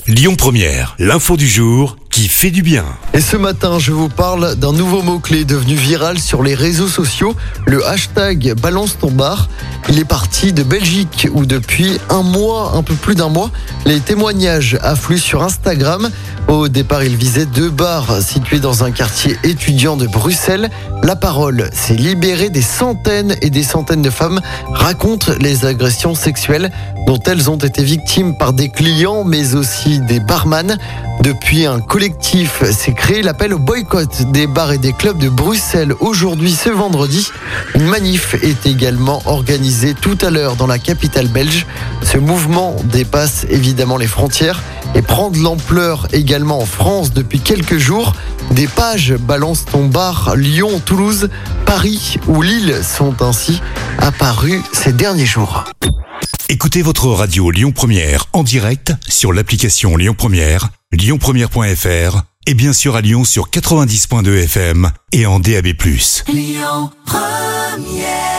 Lyon Première, l'info du jour qui fait du bien. Et ce matin, je vous parle d'un nouveau mot-clé devenu viral sur les réseaux sociaux, le hashtag Balance ton bar. Il est parti de Belgique où depuis un peu plus d'un mois, les témoignages affluent sur Instagram. Au départ, il visait 2 bars situés dans un quartier étudiant de Bruxelles. La parole s'est libérée, des centaines et des centaines de femmes racontent les agressions sexuelles dont elles ont été victimes par des clients, mais aussi des barman. Depuis, un collectif s'est créé, l'appel au boycott des bars et des clubs de Bruxelles. Aujourd'hui, ce vendredi, une manif est également organisée tout à l'heure dans la capitale belge. Ce mouvement dépasse évidemment les frontières et prend de l'ampleur également en France depuis quelques jours. Des pages Balance ton bar, Lyon, Toulouse, Paris ou Lille sont ainsi apparues ces derniers jours. Écoutez votre radio Lyon Première en direct sur l'application Lyon Première, lyonpremière.fr et bien sûr à Lyon sur 90.2 FM et en DAB+. Lyon Première.